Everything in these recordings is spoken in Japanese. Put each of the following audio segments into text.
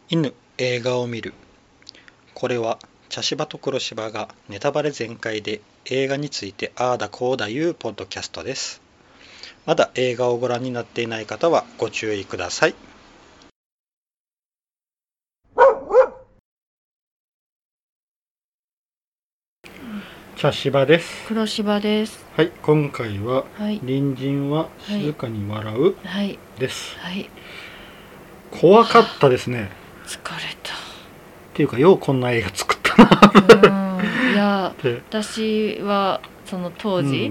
犬映画を見る。これは茶芝と黒芝がネタバレ全開で映画についてああだこうだいうポッドキャストです。まだ映画をご覧になっていない方はご注意ください。茶芝です。 黒芝です。 はい、今回は、 はい、 隣人は静かに笑うです。 はい、 怖かったですね。 疲れっていうかようこんな映画作ったな。 いや私はその当時、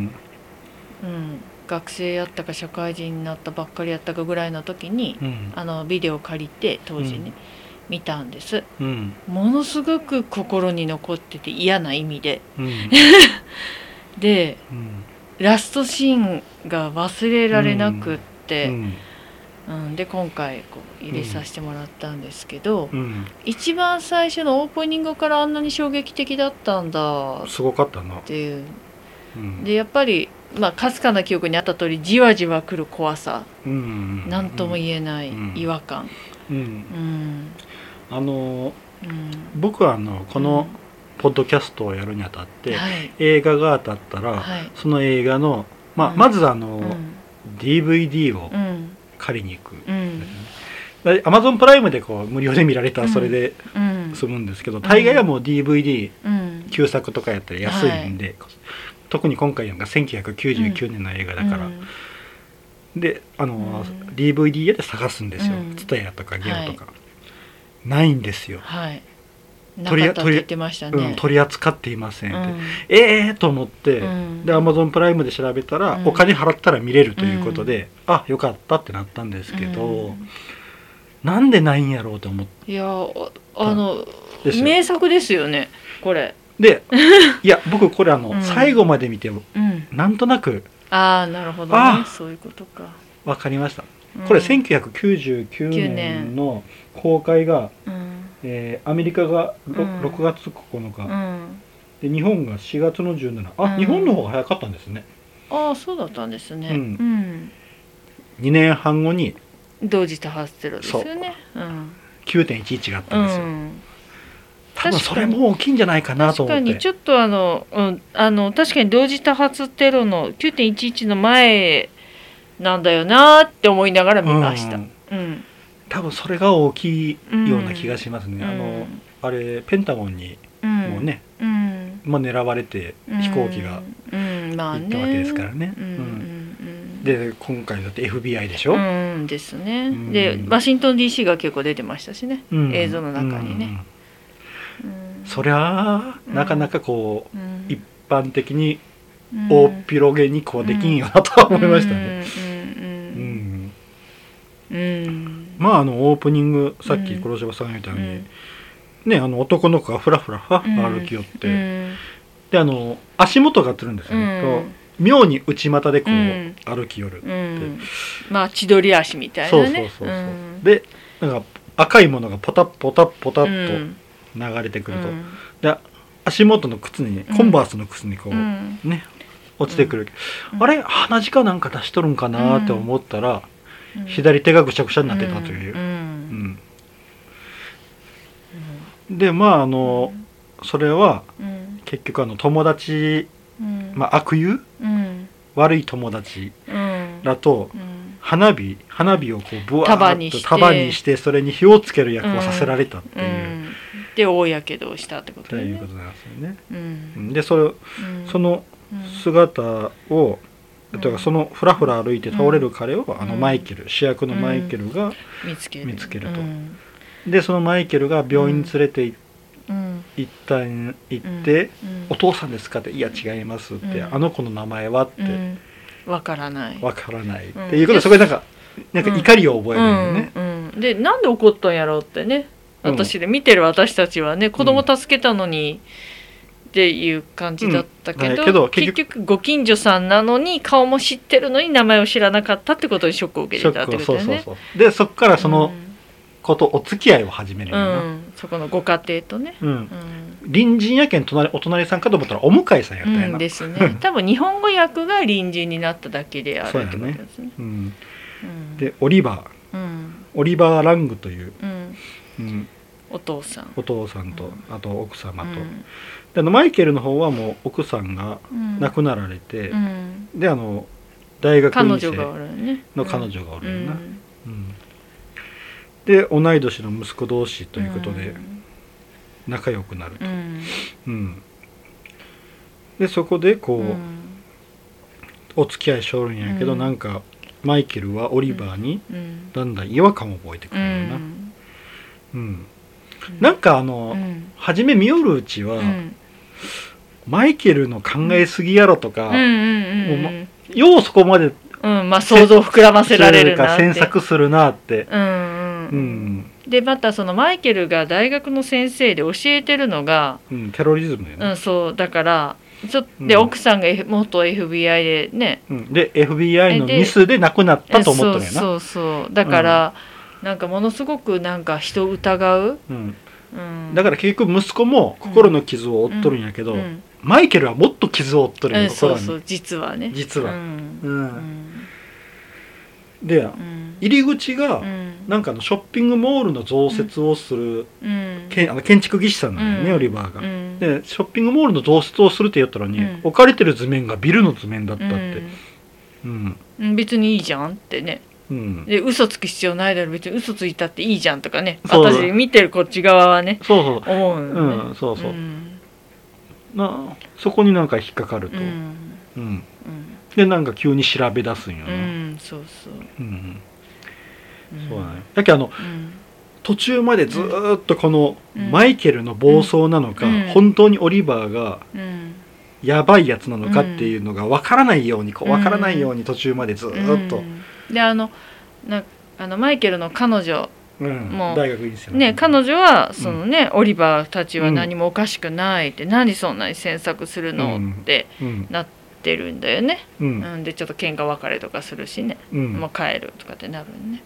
学生やったか社会人になったばっかりやったかぐらいの時に、ビデオ借りて当時ね、見たんです、ものすごく心に残ってて嫌な意味で、で、ラストシーンが忘れられなくって、で今回こう入れさせてもらったんですけど、一番最初のオープニングからあんなに衝撃的だったんだすごかったなっていう、でやっぱりかすかな記憶にあった通りじわじわくる怖さ、何とも言えない違和感、 僕はこのポッドキャストをやるにあたって、映画が当たったら、その映画の、まずDVD を借りに行く、Amazon プライムでこう無料で見られたらそれで済むんですけど、大概はもう DVD、旧作とかやったら安いんで、特に今回が1999年の映画だから、でDVD 屋で探すんですよ。TSUTAYAとかゲオとか、ないんですよ。 なかったって言ってましたね。 取り扱っていませんって、と思って、で Amazon プライムで調べたら、お金払ったら見れるということで、あ、よかったってなったんですけど、なんでないんやろうと思って。 いや名作ですよねこれで。いや僕これ最後まで見て、なんとなくなるほどね、そういうことか、 分かりました。これ1999年の公開が、アメリカが6月9日、で日本が4月の17、日本の方が早かったんですね。 そうだったんですね。 2年半後に同時多発テロですよね。 9.11 があったんですよ。多分それも大きいんじゃないかなと思って。 確かにちょっと確かに同時多発テロの 9.11 の前なんだよなって思いながら見ました。 多分それが大きいような気がしますね。あれペンタゴンにもうね、狙われて飛行機が行ったわけですからね。で今回だって FBI でしょ。 ですね。でワシントン DC が結構出てましたしね、映像の中にね。 そりゃなかなかこう、一般的に大っ広げにこうできんよなとは思いましたね。オープニングさっき黒柴さんが言ったように、ね、男の子がふらふら歩き寄って、で足元が映るんですよね。妙に内股でこう歩き寄るって、 千鳥足みたいなね。 でなんか赤いものがポタッポタッポタッと流れてくると、で足元の靴に、コンバースの靴にこう、ね落ちてくる、あれ鼻血かなんか出しとるんかなって思ったら、左手がぐしゃぐしゃになってたという、でそれは、結局友達、悪友、悪い友達だと、花火をこうブワーッと束にしてそれに火をつける役をさせられたっていう、 で大やけどをしたってことね。ということなんですよね。でその姿を、そのフラフラ歩いて倒れる彼をマイケル、主役のマイケルが見つけると。でそのマイケルが病院に連れて行って、お父さんですかって、いや違いますって、あの子の名前はって、 わからないっていうことで、そこでなんか怒りを覚えるんよね。 でなんで怒ったんやろうってね、私で見てる私たちはね、子供助けたのにっていう感じだったけど、結局ご近所さんなのに顔も知ってるのに名前を知らなかったってことにショックを受けてたってことだよね。 でそこからそのことお付き合いを始めるよな、 そこのご家庭とね。 隣人やけんお隣さんかと思ったらお向かいさんやったやな。 ですね。多分日本語訳が隣人になっただけであるってことですね。 でオリバーラングというお父さんとあと奥様と、でマイケルの方はもう奥さんが亡くなられて、で大学院生の彼女がおるよな、で同い年の息子同士ということで仲良くなると、でそこでこう、お付き合いしょるんやけど、なんかマイケルはオリバーにだんだん違和感を覚えてくるよな、なんか初め見よるうちは、マイケルの考えすぎやろとか、ようそこまで、 想像を膨らませられるなって詮索するなって。 でまたそのマイケルが大学の先生で教えてるのが、 テロリズムやね、 そうだからで奥さんが元 FBI でね、 で FBI のミスで亡くなったと思ったんやな。 そうだから、なんかものすごくなんか人を疑う、 だから結局息子も心の傷を負っとるんやけど、マイケルはもっと傷を負っとるんや、心に。 実はね。 で、入り口がなんかショッピングモールの増設をする建築技師さんなんよね、オリバーが。でショッピングモールの増設をするって言ったのに、置かれてる図面がビルの図面だったって、 別にいいじゃんってね。で嘘つく必要ないだろ、別に嘘ついたっていいじゃんとかね、私見てるこっち側はね思うね。 そこになんか引っかかると、でなんか急に調べ出すんよな。そうだね。だけど途中までずっとこのマイケルの暴走なのか、本当にオリバーがやばいやつなのかっていうのが分からないように途中までずっと。 でマイケルの彼女も大学院生ね、彼女はそのね、オリバーたちは何もおかしくないって、何そんなに詮索するのってなってるんだよね。でちょっと喧嘩別れとかするしね、もう帰るとかってなるね。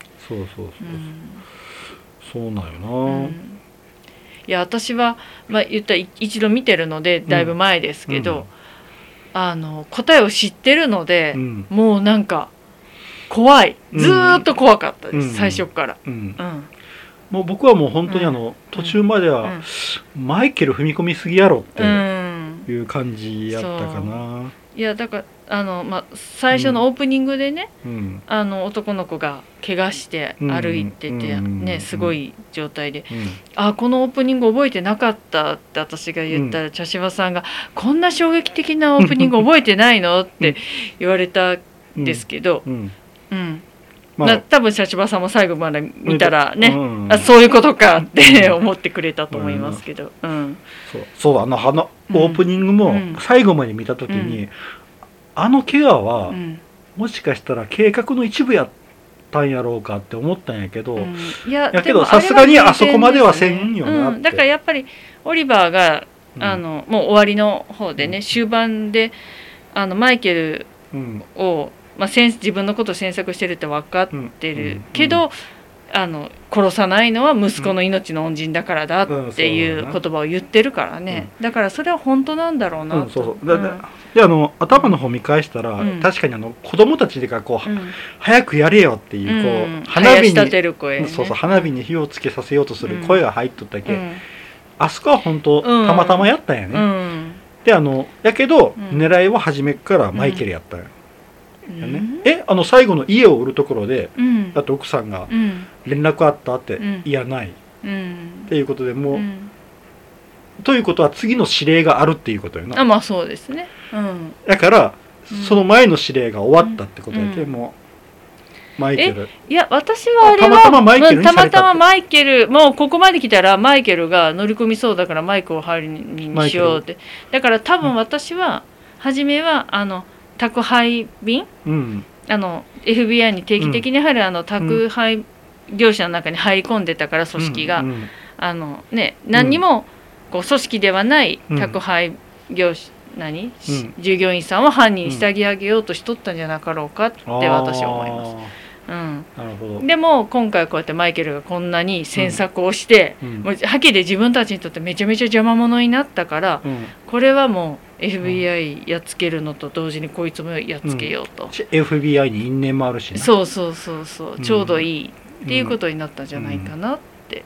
そうなんよな。 いや私は言ったら一度見てるのでだいぶ前ですけど、答えを知ってるので、もうなんか怖い、ずーっと怖かったです、最初から。もう僕はもう本当に途中までは、マイケル踏み込みすぎやろっていう感じやったかな。 いやだから最初のオープニングでね、男の子が怪我して歩いててね、すごい状態で、このオープニング覚えてなかったって私が言ったら、茶芝さんが「こんな衝撃的なオープニング覚えてないの?」って言われたんですけど、多分茶芝さんも最後まで見たらね、そういうことかって思ってくれたと思いますけど、 そうオープニングも最後まで見た時に、怪我はもしかしたら計画の一部やったんやろうかって思ったんやけど、やけどさすがにあそこまではせんよなって。 だからやっぱりオリバーがもう終わりの方でね、終盤でマイケルを自分のことを詮索してるって分かってるけど、殺さないのは息子の命の恩人だからだっていう言葉を言ってるからね、だからそれは本当なんだろうなと。 で頭の方見返したら、確かに子供たちがこう、早くやれよっていう花火に火をつけさせようとする声が入っとったけ、あそこは本当たまたまやったんやね。でやけど狙いは初めからマイケルやったんや。最後の家を売るところで、だって奥さんが連絡あったって、いやないっていうことでもう、ということは次の指令があるっていうことよな。 そうですね。 だからその前の指令が終わったってことで、もうマイケル、 いや私はあれはたまたまマイケルもうここまで来たらマイケルが乗り込みそうだからマイクを入りにしようって。だから多分私は初めは宅配便、FBI に定期的に入る宅配業者の中に入り込んでたから、組織が、何にもこう組織ではない宅配業者、従業員さんを犯人にしてあげようとしとったんじゃなかろうかって私は思います。でも今回こうやってマイケルがこんなに詮索をして、もうはっきり自分たちにとってめちゃめちゃ邪魔者になったから、これはもうFBI やっつけるのと同時にこいつもやっつけようと、 FBI に因縁もあるしね。 そうちょうどいいっていうことになったんじゃないかなって。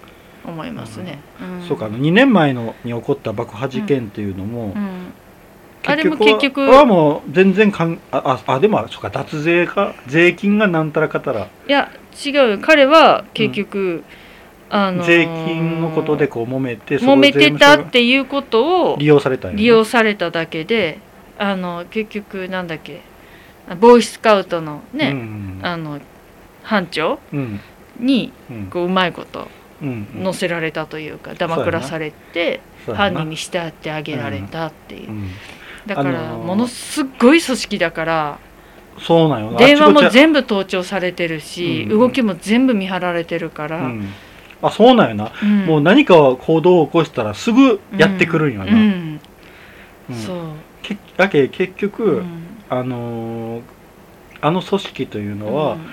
思いますね。 そうか、2年前に起こった爆破事件っていうのも、 あれも結局はもう全然でもそうか、脱税か税金がなんたらかたら、 いや違うよ、彼は結局、 税金のことでこう揉めてたっていうことを利用されただけで、結局なんだっけ、ボーイスカウトのね、班長にこううまいこと乗せられたというか、だまくらされて犯人にしてやってあげられたっていう、だからものすごい組織だから、 そうなんよ、 電話も全部盗聴されてるし、動きも全部見張られてるから、 そうなんよな、もう何か行動を起こしたらすぐやってくるんよな。 そうだけ結局、あの組織というのは、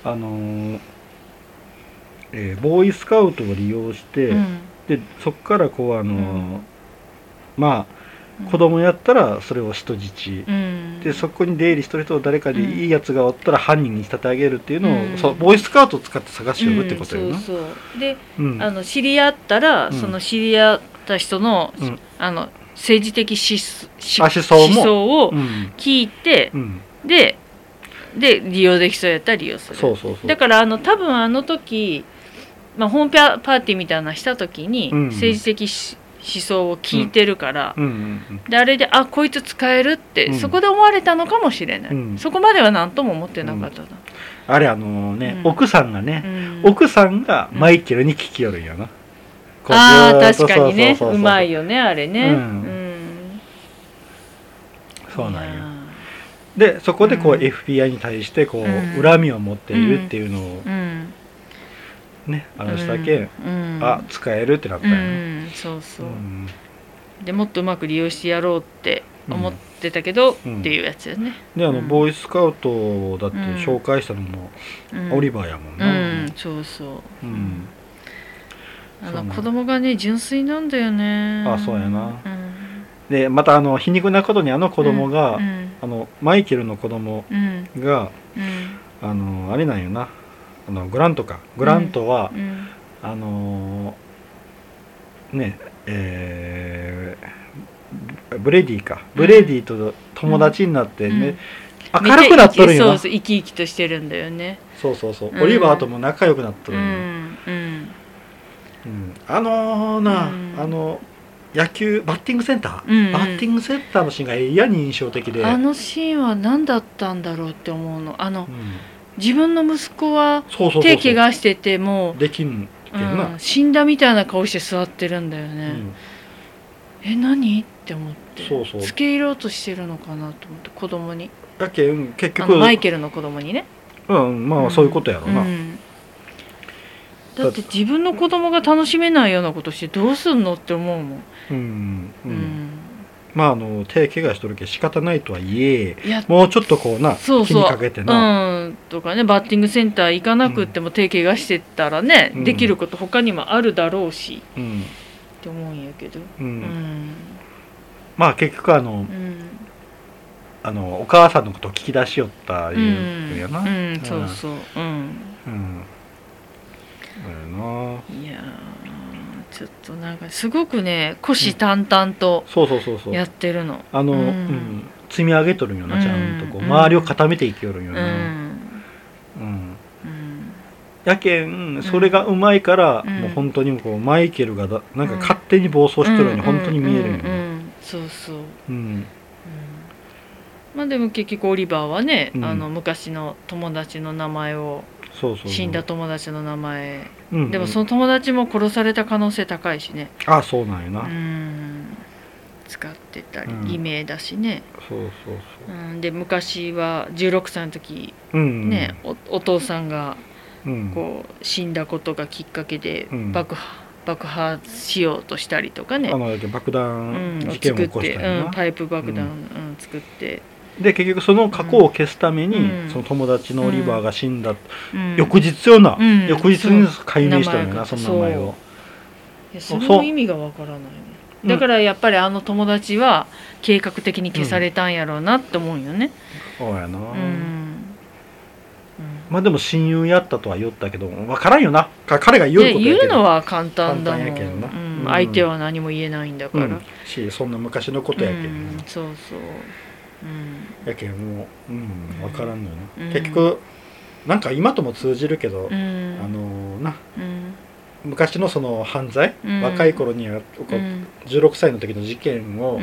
ボーイスカウトを利用して、でそこからこう子供やったらそれを人質、でそこに出入りしてる人を誰かでいいやつがおったら犯人に仕立て上げるっていうのを、そうボーイスカウトを使って探し呼ぶってことよな。 で、知り合ったら、その知り合った人の、政治的思想を聞いて、で利用できそうやったら利用する。だから多分あの時、ホームパーティーみたいなのした時に、政治的思想を聞いてるから、であれでこいつ使えるって、そこで思われたのかもしれない、そこまでは何とも思ってなかったな。 あれ奥さんがマイケルに聞きよるんやな。 確かにね、うまいよねあれね。 そうなんよ。でそこでこう FBI に対してこう恨みを持っているっていうのをね、あの人だけ使えるってなったよね。 そうそう。でもっとうまく利用してやろうって思ってたけどっていうやつよね。 でボーイスカウトだって紹介したのもオリバーやもんな。 そうそう。子供がね純粋なんだよね。 そうやな。でまた皮肉なことに子供がマイケルの子供があれなんよな、グラントはブレディと友達になってね、明るくなっとるんよな。 生き生きとしてるんだよね。 そうオリバーとも仲良くなっとるんよ。野球バッティングセンターのシーンが嫌に印象的で、 あのシーンは何だったんだろうって思うの。自分の息子は手怪我しててもできんけどな、 死んだみたいな顔して座ってるんだよね。何って思って、付け入ろうとしてるのかなと思って、子供に。 だけ結局マイケルの子供にね。 そういうことやろうな。 だって自分の子供が楽しめないようなことしてどうすんのって思うもん。 手怪我しとるけど仕方ないとはいえ、もうちょっとこうな気にかけてな、 とかね、バッティングセンター行かなくっても手怪我してたらね、できること他にもあるだろうし、って思うんやけど、 結局お母さんのことを聞き出しよったいうよな。 そうそう。いやちょっとなんかすごくね虎視眈々とやってるの。 積み上げとるんよな、ちゃんとこう周りを固めていきよるんよな。やけんそれがうまいから、もう本当にこうマイケルがなんか勝手に暴走してるように本当に見えるんよね。 そうそう。でも結局オリバーはね、昔の友達の名前を、死んだ友達の名前、でもその友達も殺された可能性高いしね。 そうなんよな。 使ってたり偽名だしね。で昔は16歳の時ね、お父さんがこう死んだことがきっかけで爆破しようとしたりとかね、 爆弾事件を起こしたりな、 パイプ爆弾作って、 で結局その過去を消すために、その友達のオリバーが死んだ、翌日よな、翌日に解明したのよな、その名前を。 その意味がわからないね。だからやっぱり友達は計画的に消されたんやろうなって思うよね。 そうやな。 まあでも親友やったとは言ったけど分からんよな、彼が言うことやけど、 言うのは簡単だもん、 簡単やけどな、 相手は何も言えないんだから、 そんな昔のことやけど、 そうそう、 やけどもう分からんのよね、結局なんか今とも通じるけど、昔のその犯罪、若い頃には16歳の時の事件を、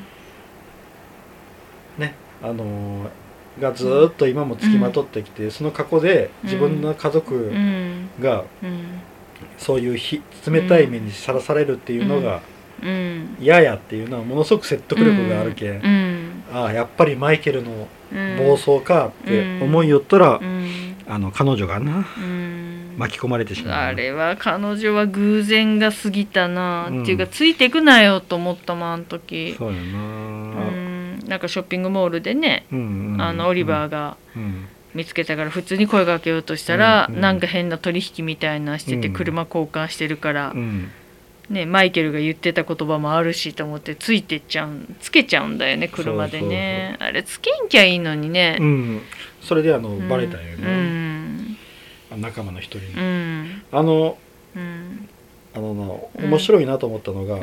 ねがずっと今もつきまとってきて、その過去で自分の家族がそういう冷たい目にさらされるっていうのが嫌やっていうのはものすごく説得力があるけん、ああやっぱりマイケルの暴走かって思いよったら、彼女がな巻き込まれてしまう。 あれは彼女は偶然が過ぎたな、っていうかついていくなよと思ったもんあの時。 そうやな、 なんかショッピングモールでね、オリバーが見つけたから普通に声かけようとしたら、なんか変な取引みたいなしてて車交換してるから、ね、マイケルが言ってた言葉もあるしと思ってつけちゃうんだよね、車でね。あれつけんきゃいいのにね、 それでバレたんよね、仲間の一人に。面白いなと思ったのが、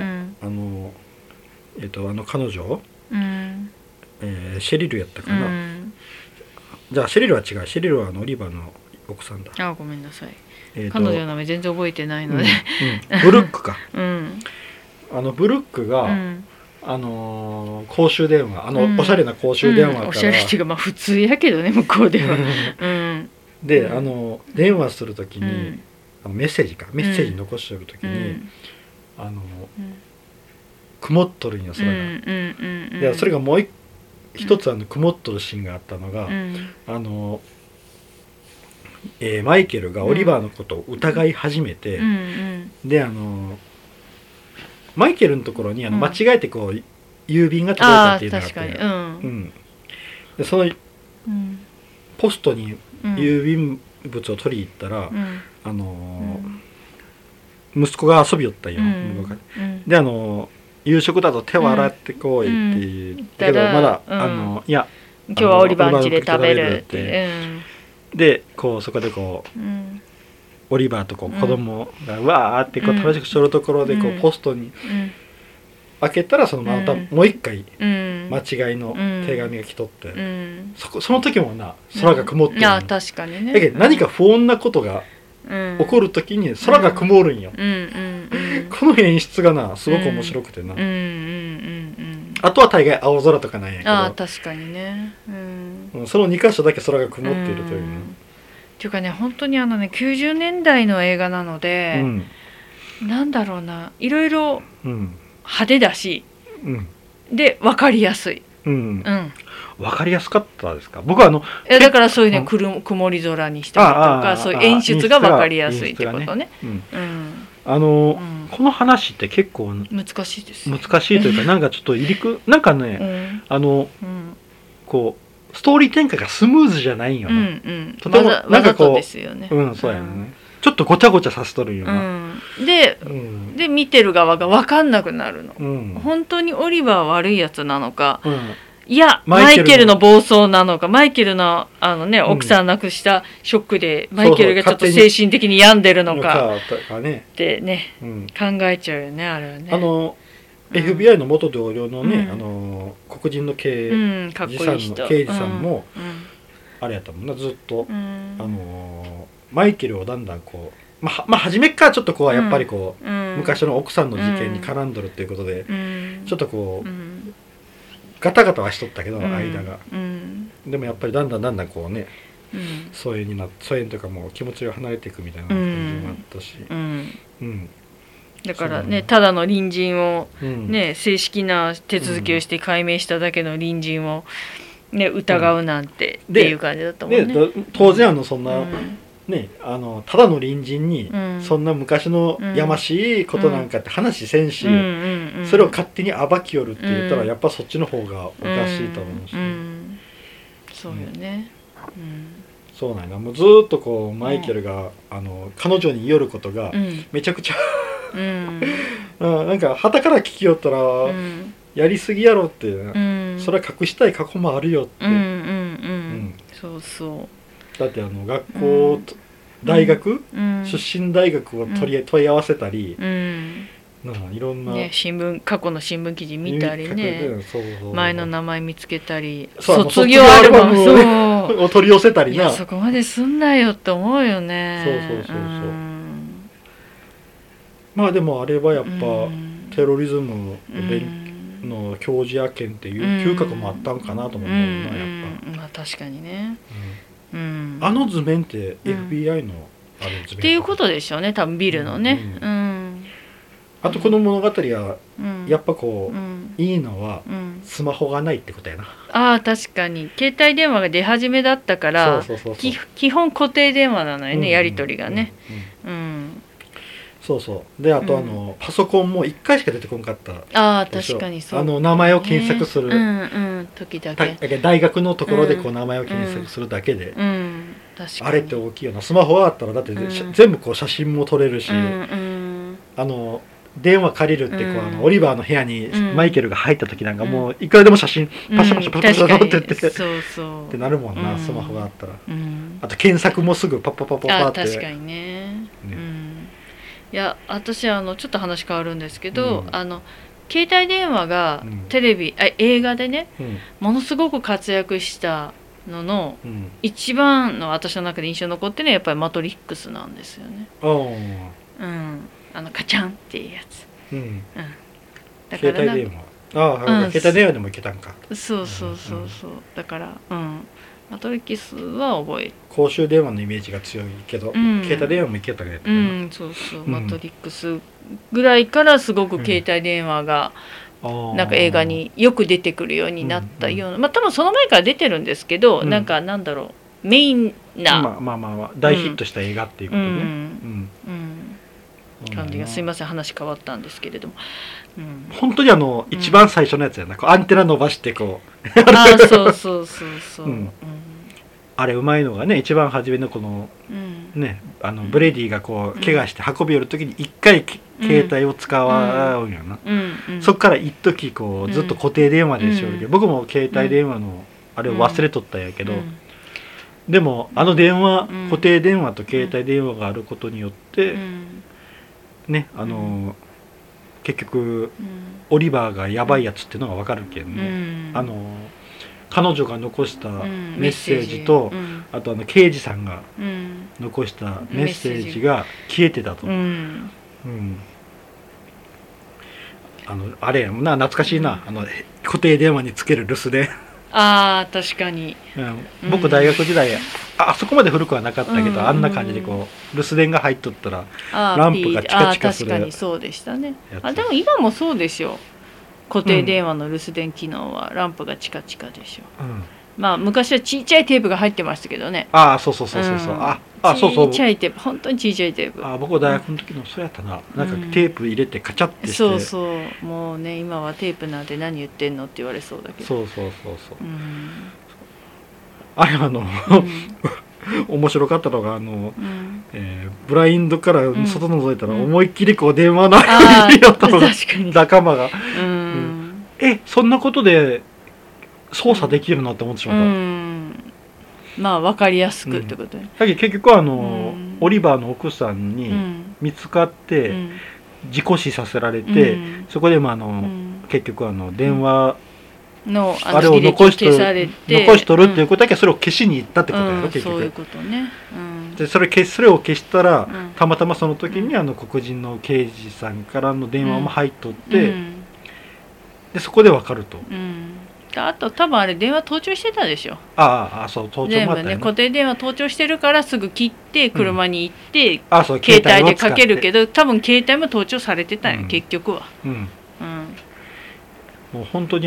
彼女、シェリルやったかな、じゃあシェリルは違う、シェリルはオリバーの奥さんだ。 ごめんなさい、彼女の名前全然覚えてないので、 ブルックか、ブルックが、公衆電話、おしゃれな公衆電話から、 おしゃれっていうかまあ普通やけどね向こうではで電話するときに、メッセージ残してるときに、曇っとるんよ空が。でそれがもう一つ曇っとるシーンがあったのが、マイケルがオリバーのことを疑い始めて、でマイケルのところに間違えてこう郵便が届いたっていうのがあって、でそのポストに郵便物を取りに行ったら、息子が遊びよったんよ、で夕食だと手を洗ってこいって言ったけど、まだいや今日はオリバーん家で食べるって、 でこうそこでこう、オリバーとこう子供がわーってこう楽しくしとるところでこうポストに開けたら、そのまたもう一回間違いの手紙が来とって、その時もな空が曇ってるの。 確かにね。 だけど何か不穏なことが起こる時に空が曇るんよ。この演出がなすごく面白くてな。あとは大概青空とかなんやけど、 確かにね、 その2箇所だけ空が曇っているというね。 っていうかね、本当に90年代の映画なので、なんだろうな、いろいろ派手だし、で分かりやすい。分かりやすかったですか。僕はだからそういうね、曇り空にしたりとか、そういう演出が分かりやすいってことね。 この話って結構難しいです。 難しいというか、なんかちょっとなんかね、こうストーリー展開がスムーズじゃないんよな。 とてもなんかこうそうやね。ちょっとごちゃごちゃさせとるよな。 で見てる側が分かんなくなるの。本当にオリバーは悪いやつなのか、いやマイケルの暴走なのか、マイケルの奥さん亡くしたショックでマイケルがちょっと精神的に病んでるのかってね、考えちゃうよね、あれはね。 FBI の元同僚のね、黒人の刑事さんもあれやったもんな、ずっとマイケルをだんだんこう初めっからちょっとこうやっぱりこう昔の奥さんの事件に絡んどるっていうことでちょっとこうガタガタはしとったけど、間が、でもやっぱりだんだんこうね、疎遠というかもう気持ちが離れていくみたいな感じもあったし、 だからね、ただの隣人をね、正式な手続きをして解明しただけの隣人をね疑うなんてっていう感じだったもんね。 当然そんなね、ただの隣人にそんな昔のやましいことなんかって話せんし、それを勝手に暴きよるって言ったらやっぱそっちの方がおかしいと思うし、 そうよね。 そうなんだ。もうずっとこうマイケルが彼女に言おることがめちゃくちゃなんか傍から聞きよったらやりすぎやろって、それは隠したい過去もあるよって。 そうそう。 だって学校、大学、出身大学を問い合わせたり、いろんな、 ね、過去の新聞記事見たりね、前の名前見つけたり、 卒業アルバムを取り寄せたりな。 いやそこまですんなよって思うよね。 そうまあでもあれはやっぱ、テロリズムの教授や件っていう嗅覚もあったんかなと思うな、やっぱ。 まあ確かにね、 あの図面って FBI のあの図面っていうことでしょうね、多分ビルのね。 あとこの物語はやっぱこう、いいのはスマホがないってことやな。 あ確かに携帯電話が出始めだったから基本固定電話なのよね、やり取りがね。 そうで、あとパソコンも1回しか出てこなかったでしょ。 確かにそう、 名前を検索する時だけ、 大学のところでこう名前を検索するだけで、あれって大きいよな。スマホがあったらだって全部こう写真も撮れるし、電話借りるってこうオリバーの部屋にマイケルが入った時なんかもういくらでも写真パシャパシャパシャパシャ撮ってってってなるもんな、スマホがあったら。あと検索もすぐパッパパッパッパって。 確かにね。いや私ちょっと話変わるんですけど、携帯電話がテレビ、映画でね、ものすごく活躍したのの、一番の私の中で印象に残ってるのはやっぱりマトリックスなんですよね。カチャンっていうやつ。 だから携帯電話、携帯電話でもいけたんか。 そうだからマトリックスは覚えて、 公衆電話のイメージが強いけど、携帯電話もいけたけど、 マトリックスぐらいからすごく携帯電話がなんか映画によく出てくるようになったような、まあ多分その前から出てるんですけど、なんかなんだろう、メインなまあ大ヒットした映画っていうことね。 感じが、すいません話変わったんですけれども、 本当に一番最初のやつやな、アンテナ伸ばしてこうそうあれうまいのがね、一番初めのこのね、ブレディがこう怪我して運び寄る時に一回携帯を使うんよな。そっから一時こうずっと固定電話でしょうけど、僕も携帯電話のあれを忘れとったんやけど、でも電話、固定電話と携帯電話があることによってね、結局オリバーがやばいやつっていうのが分かるけんね。彼女が残したメッセージと、あと刑事さんが残したメッセージが消えてたと。あれやもんな、懐かしいな、固定電話につける留守電。 確かに、 僕大学時代あそこまで古くはなかったけど、あんな感じでこう留守電が入っとったらランプがチカチカする。 確かにそうでしたね。でも今もそうですよ、固定電話の留守電機能はランプがチカチカでしょ。まあ昔はちっちゃいテープが入ってましたけどね。 そうちっちゃいテープ、本当にちっちゃいテープ。 僕は大学の時のそうやったな、なんかテープ入れてカチャってして。 もうね、今はテープなんて何言ってんのって言われそうだけど。 あれ面白かったのがブラインドから外覗いたら思いっきりこう電話の間にやったのが仲間がそんなことで操作できるなって思ってしまった。 まあ分かりやすくってことね。 だけど結局オリバーの奥さんに見つかって事故死させられて、そこでも結局電話のあれを残しとるっていうことだけ、それを消しに行ったってことやろ、結局。 そういうことね。 でそれを消したら、たまたまその時に黒人の刑事さんからの電話も入っとって、でそこで分かると。 あと多分あれ電話盗聴してたでしょ。 そう盗聴もあったよね。 固定電話盗聴してるからすぐ切って車に行って、携帯でかけるけど、多分携帯も盗聴されてたんよ、結局は。 もう本当に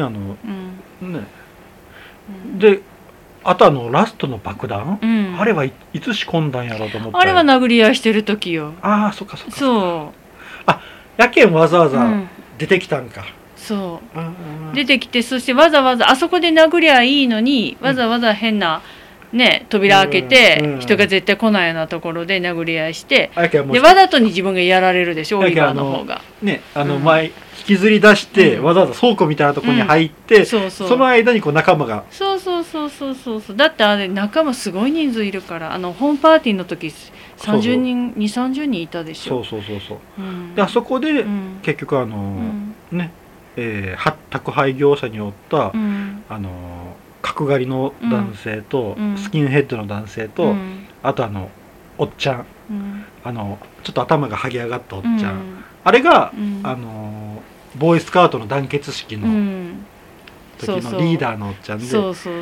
で、あとラストの爆弾、あれはいつ仕込んだんやろうと思って。 あれは殴り合いしてる時よ。 そっか。やけんわざわざ出てきたんか。 出てきて、そしてわざわざあそこで殴りゃいいのに、わざわざ変なね、扉開けて、人が絶対来ないようなところで殴り合いして、でわざとに自分がやられるでしょ、オリバーの方が。 引きずり出して、わざわざ倉庫みたいなところに入って、その間にこう仲間がそうだってあれ仲間すごい人数いるから、ホームパーティーの時30人230人いたでしょ。 そう、であそこで、結局宅配業者におった、角刈りの男性と、スキンヘッドの男性と、あとおっちゃん、ちょっと頭が剥げ上がったおっちゃん、あれが、ボーイスカウトの団結式の時のリーダーのおっちゃんで、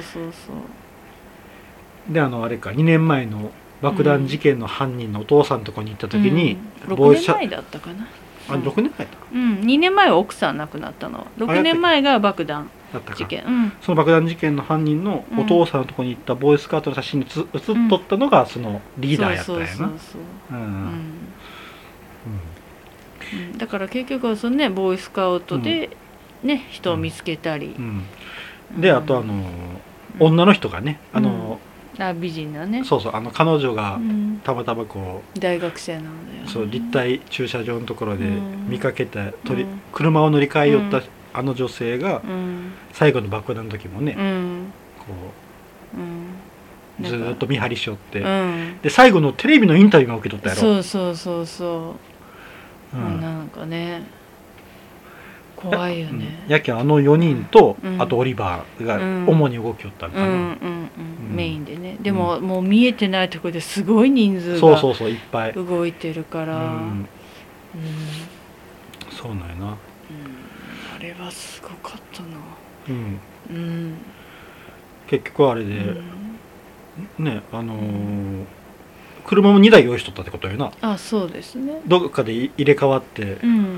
であれか2年前の爆弾事件の犯人のお父さんのとこに行った時に、 6年前だったかな。 6年前だ。 2年前は奥さん亡くなったの。6年前が爆弾事件。 その爆弾事件の犯人のお父さんのとこに行ったボーイスカウトの写真に写っとったのがそのリーダーやったんやな。 だから結局はそのねボーイスカウトでね、人を見つけたり、 であと女の人がね美人なね、 そう彼女がたまたまこう大学生なんだよ、 そう立体駐車場のところで見かけた車を乗り換え寄ったあの女性が最後の爆弾の時もねこうずっと見張りしよって、で最後のテレビのインタビューも受け取ったやろ。 そうなんかね怖いよね。 やけん4人と、あとオリバーが主に動きよったんかな、 メインでね。でも、もう見えてないところですごい人数がいっぱい動いてるから、 そうなんやな、 あれはすごかったな。 結局あれで、ね車も2台用意しとったってことよな。 あ、そうですね。 どっかで入れ替わって、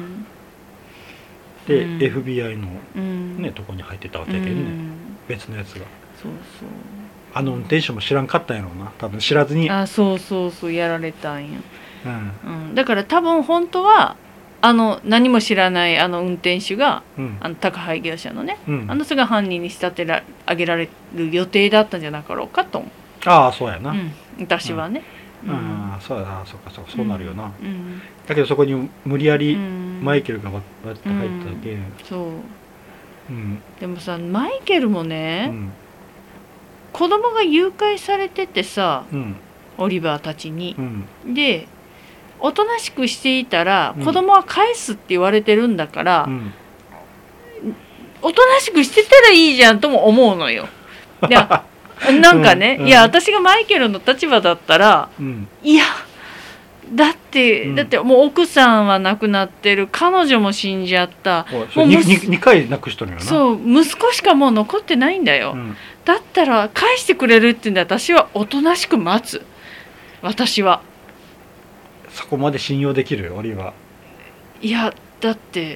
で、FBI のねとこに入ってたわけやけどね、別のやつが。運転手も知らんかったんやろうな、多分知らずに。 そうやられたんや。だから多分本当は何も知らない運転手が、宅配業者のね、人が犯人に仕立て上げられる予定だったんじゃなかろうかと思う。 ああそうやな、 私はね。 そうやな、そうなるよな。だけどそこに無理やりマイケルがバッと入っただけ。 でもさ、マイケルもね、子供が誘拐されててさ、オリバーたちに、でおとなしくしていたら子供は返すって言われてるんだから、おとなしくしてたらいいじゃんとも思うのよ。なんかね、いや私がマイケルの立場だったら、いやだってもう奥さんは亡くなってる、彼女も死んじゃった、もう 2回亡くしとるよな。 そう、息子しかもう残ってないんだよ、だったら返してくれるって言うんで、私はおとなしく待つ。私はそこまで信用できる？オリバー。いやだって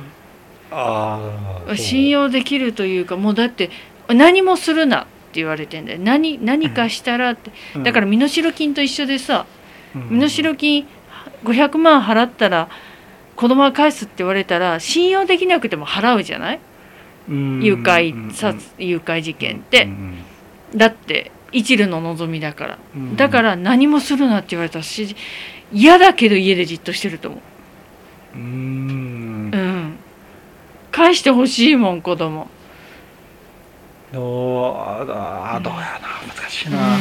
信用できるというか、もうだって何もするなって言われてんだよ。何かしたらって、だから身代金と一緒でさ、身代金500万払ったら子供が返すって言われたら信用できなくても払うじゃない、誘拐事件って、だって一縷の望みだから、だから何もするなって言われたら嫌だけど家でじっとしてると思う。返してほしいもん、子供。 どうやな、難しいな。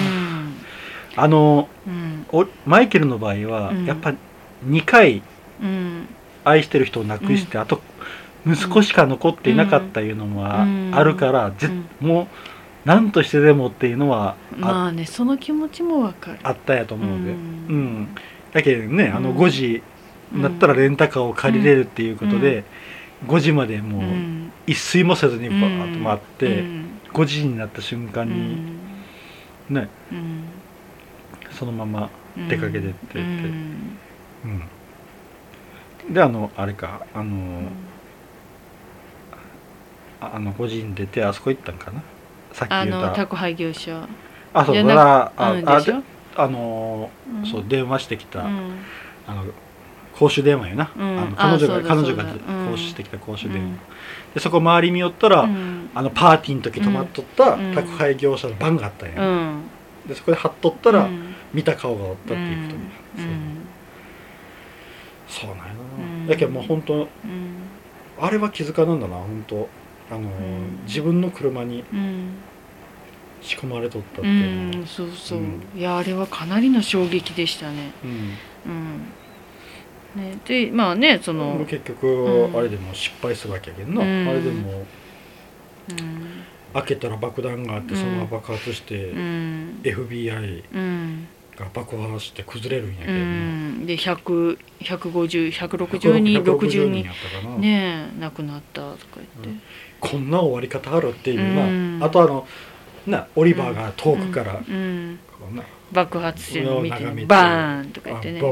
マイケルの場合は、やっぱ2回愛してる人を亡くして、あと息子しか残っていなかったいうのもあるから、もう何としてでもっていうのはまあね、その気持ちも分かる。 あったやと思うで、だけどね、5時になったらレンタカーを借りれるっていうことで、5時までもう一睡もせずにバーッと待って、5時になった瞬間にね、そのまま出かけてって、であれか5時に出てあそこ行ったんかな、さっき言った宅配業者。 そうだからそう電話してきた公衆電話よな、彼女が公衆してきた公衆電話で、そこ周り見よったら、パーティーの時泊まっとった宅配業者の番があったんや、でそこで貼っとったら、見た顔がおったっていうことに、そうなんやな。だけどもう本当あれは気づかなんだな本当自分の車に仕込まれとったっていうのは、 そうそう、いやあれはかなりの衝撃でしたね。ね、でまあねその結局あれでも失敗するわけやけどな、あれでも、開けたら爆弾があってそのまま爆発して、FBI が爆破して崩れるんやけどな、 で150、160人60人やったかなね亡くなったとか言って、 こんな終わり方あるっていうな、あとオリバーが遠くから、 爆発してるのを見てバーンとか言ってね、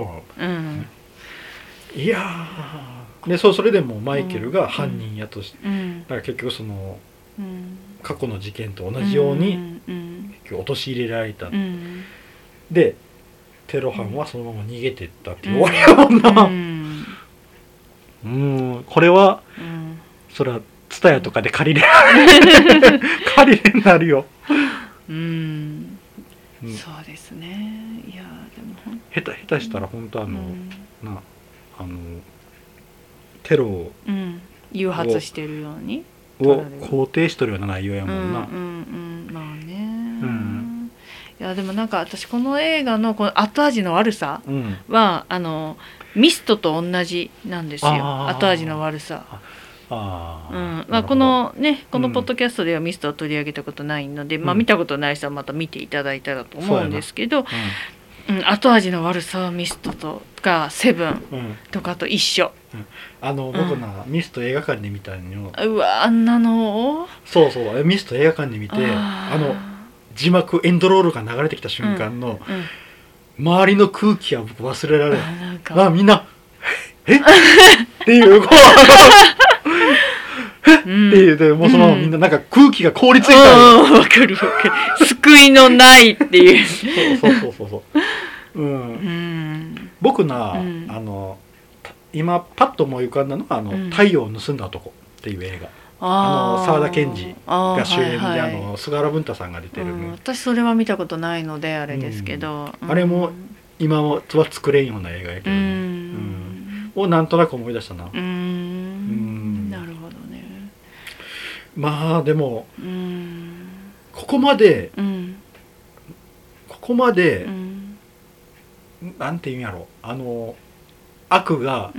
いやでそれでもマイケルが犯人やとして、だから結局その、過去の事件と同じように、結局陥れられた、でテロ犯はそのまま逃げてったっていう終わりやもんな。これは、それはツタヤとかで借りれ借りれになるよ。 そうですね。いやでも下手したら本当テロを、 誘発してるようにを肯定しとるような内容やもんな。 まあね。いやでもなんか私この映画のこの後味の悪さは、ミストと同じなんですよ。後味の悪さ。まあこのねこのポッドキャストではミストを取り上げたことないので、まあ見たことない人はまた見ていただいたらと思うんですけど、後味の悪さはミストとかセブンとかと一緒。 僕ミスト映画館で見たんよ。 うわあんなのそうミスト映画館で見て字幕エンドロールが流れてきた瞬間の、周りの空気は僕忘れられない。みんなえっていうっていうでもうそのみんななんか空気が凍りついた。 わかる救いのないっていう。 そう僕今パッと思い浮かんだのは太陽を盗んだ男っていう映画。沢田研二が主演で菅原文太さんが出てる、 私それは見たことないのであれですけど、 あれも今は作れんような映画やけどをなんとなく思い出したな。なるほどね。 まあでもここまでなんていうんやろ悪が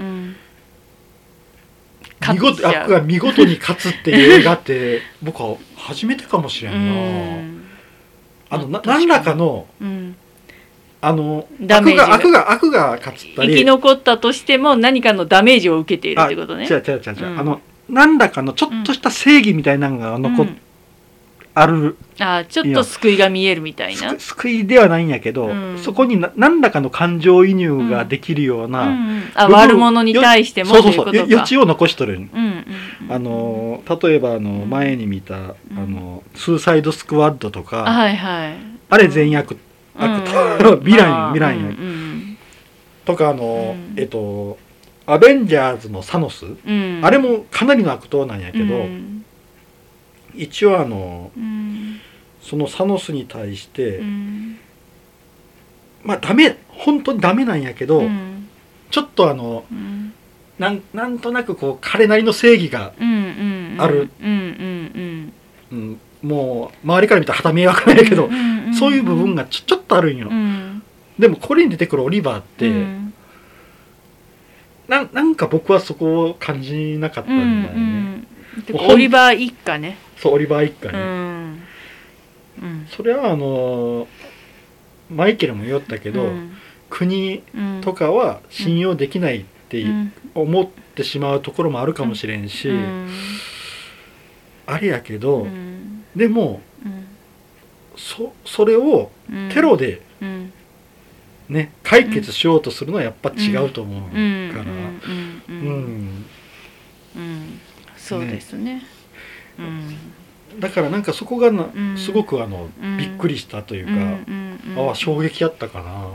見事に勝つっていう映画って僕は初めてかもしれんな。何らかの悪が勝ったり生き残ったとしても何かのダメージを受けているってことね。 違う、何らかのちょっとした正義みたいなのがある、 ちょっと救いが見えるみたいな。 救いではないんやけど、そこに何らかの感情移入ができるような、 悪者に対してもということか。 余地を残しとる。例えば前に見たスーサイドスクワッドとか、あれ善悪ヴィランやとかアベンジャーズのサノス、あれもかなりの悪党なんやけど、一応そのサノスに対して、まあ本当にダメなんやけど、ちょっとなんとなくこう彼なりの正義がある、もう周りから見たらはた迷惑ないけど、そういう部分がちょっとあるんよ。でもこれに出てくるオリバーって、なんか僕はそこを感じなかったんだよね。 オリバー一家ね。 そうオリバー一家ね。それはマイケルも言ったけど、国とかは信用できないって思ってしまうところもあるかもしれんし、あれやけど、でも、それをテロでね解決しようとするのはやっぱ違うと思うから、 そうですね。 だからなんかそこがすごくびっくりしたというか、衝撃やったかな。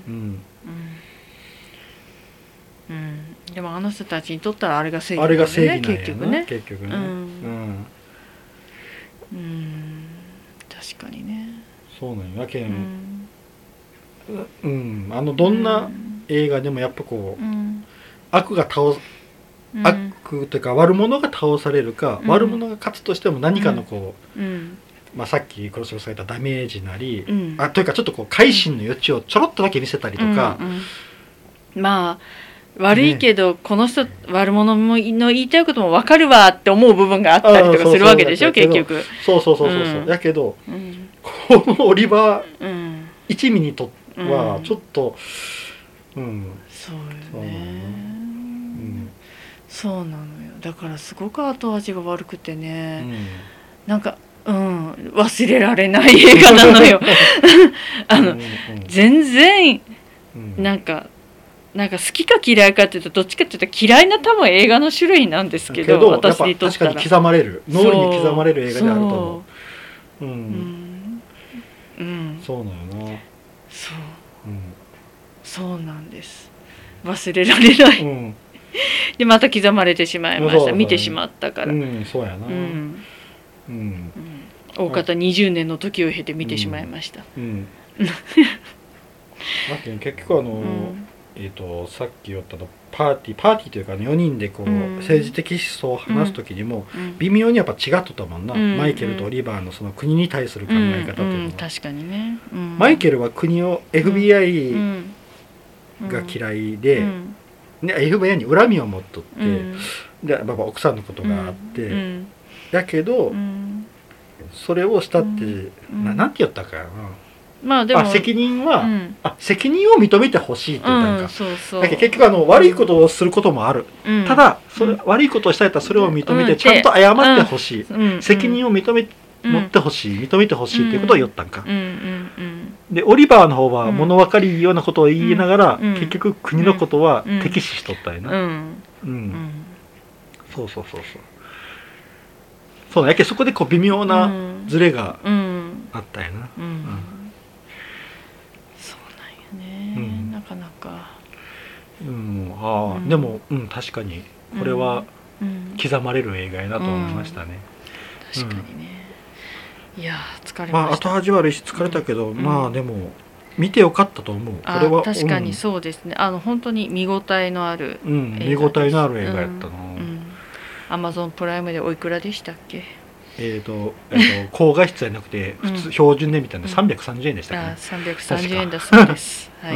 でもあの人たちにとったらあれが正義なんだよね、結局ね。確かにね。 そうなんやけん、どんな映画でもやっぱこう、悪悪というか悪者が倒されるか、悪者が勝つとしても何かのこう、さっき黒柴さんが言ったダメージなり、というかちょっとこう改心の余地をちょろっとだけ見せたりとか、 まあ悪いけど、この人悪者の言いたいことも分かるわって思う部分があったりとかするわけでしょ、結局。 そうだけど、このオリバー一味にとってはちょっとそうよね。そうなのよ。だからすごく後味が悪くてね、なんか忘れられない映画なのよ。全然なんか好きか嫌いかっていうとどっちかっていうと嫌いな多分映画の種類なんですけど、私にとったら確かに刻まれる、脳裏に刻まれる映画であると思う。そうなのな。 そうなんです。忘れられない。でまた刻まれてしまいました。見てしまったから。 そうやな。 大方20年の時を経て見てしまいました。 結局さっき言ったのパーティーというか4人でこう政治的思想を話す時にも微妙にやっぱ違っとったもんな。マイケルとオリバーのその国に対する考え方っていうのは、 確かにね。 マイケルは国を FBI が嫌いで、FBI に恨みを持っとって、で奥さんのことがあって、だけどそれをしたってなんて言ったかな。まあでも責任は、責任を認めてほしいって言ったんか。だけど結局悪いことをすることもある。ただ悪いことをしたいとそれを認めてちゃんと謝ってほしい。責任を持ってほしい、認めてほしいっていうことを言ったんか。でオリバーの方は物分かりようなことを言いながら、結局国のことは敵視しとったんやな。そうだけどそこでこう微妙なズレがあったんやな。 なかなか。 でも確かにこれは刻まれる映画やなと思いましたね。 確かにね。いや疲れました。 後味悪いし疲れたけど、でも見てよかったと思う。これは確かにそうですね。本当に見応えのある見応えのある映画やったな。 Amazon プライムでおいくらでしたっけ？ 高画質じゃなくて普通標準で見たんで330円でしたっけ？ 330円だそうです。はい。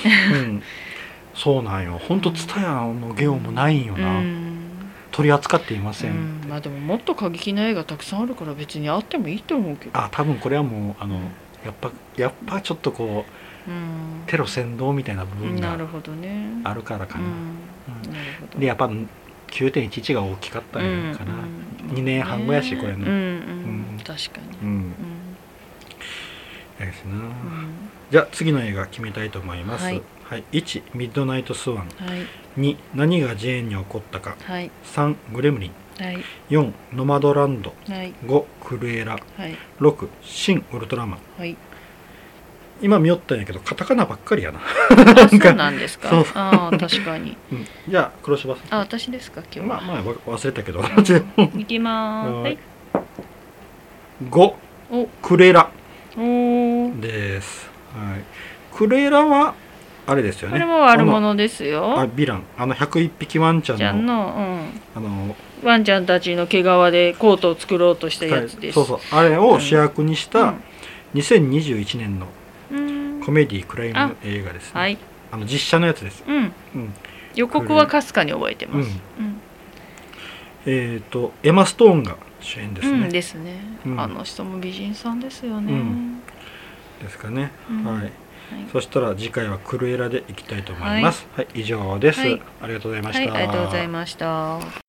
そうなんよ。本当ツタヤのゲオもないんよな。取り扱っていません。 でももっと過激な映画たくさんあるから別にあってもいいと思うけど。 多分これはもうやっぱちょっとこうテロ扇動みたいな部分があるからかな。でやっぱ9.11 が大きかったんかな。2年半後やしこれの。 確かに。 ですな。じゃあ次の映画決めたいと思います。1ミッドナイトスワン、2何がジェーンに起こったか、3グレムリン、4ノマドランド、5クルエラ、6シン・ウルトラマン。今見よったんやけどカタカナばっかりやな。 そうなんですか。確かに。 じゃあ黒柴さん。 私ですか今日は。 忘れたけど。 いきまーす。 5クレラです。クレラはあれですよね。 これも悪者ですよ。 ヴィラン。101匹ワンちゃんのワンちゃんたちの毛皮でコートを作ろうとしたやつです。 あれを主役にした2021年のコメディクライム映画ですね。実写のやつです。 予告はかすかに覚えてます。 エマ・ストーンが主演ですね。 ですね。あの人も美人さんですよね。 ですかね。そしたら次回はクルエラでいきたいと思います。以上です。ありがとうございました。 ありがとうございました。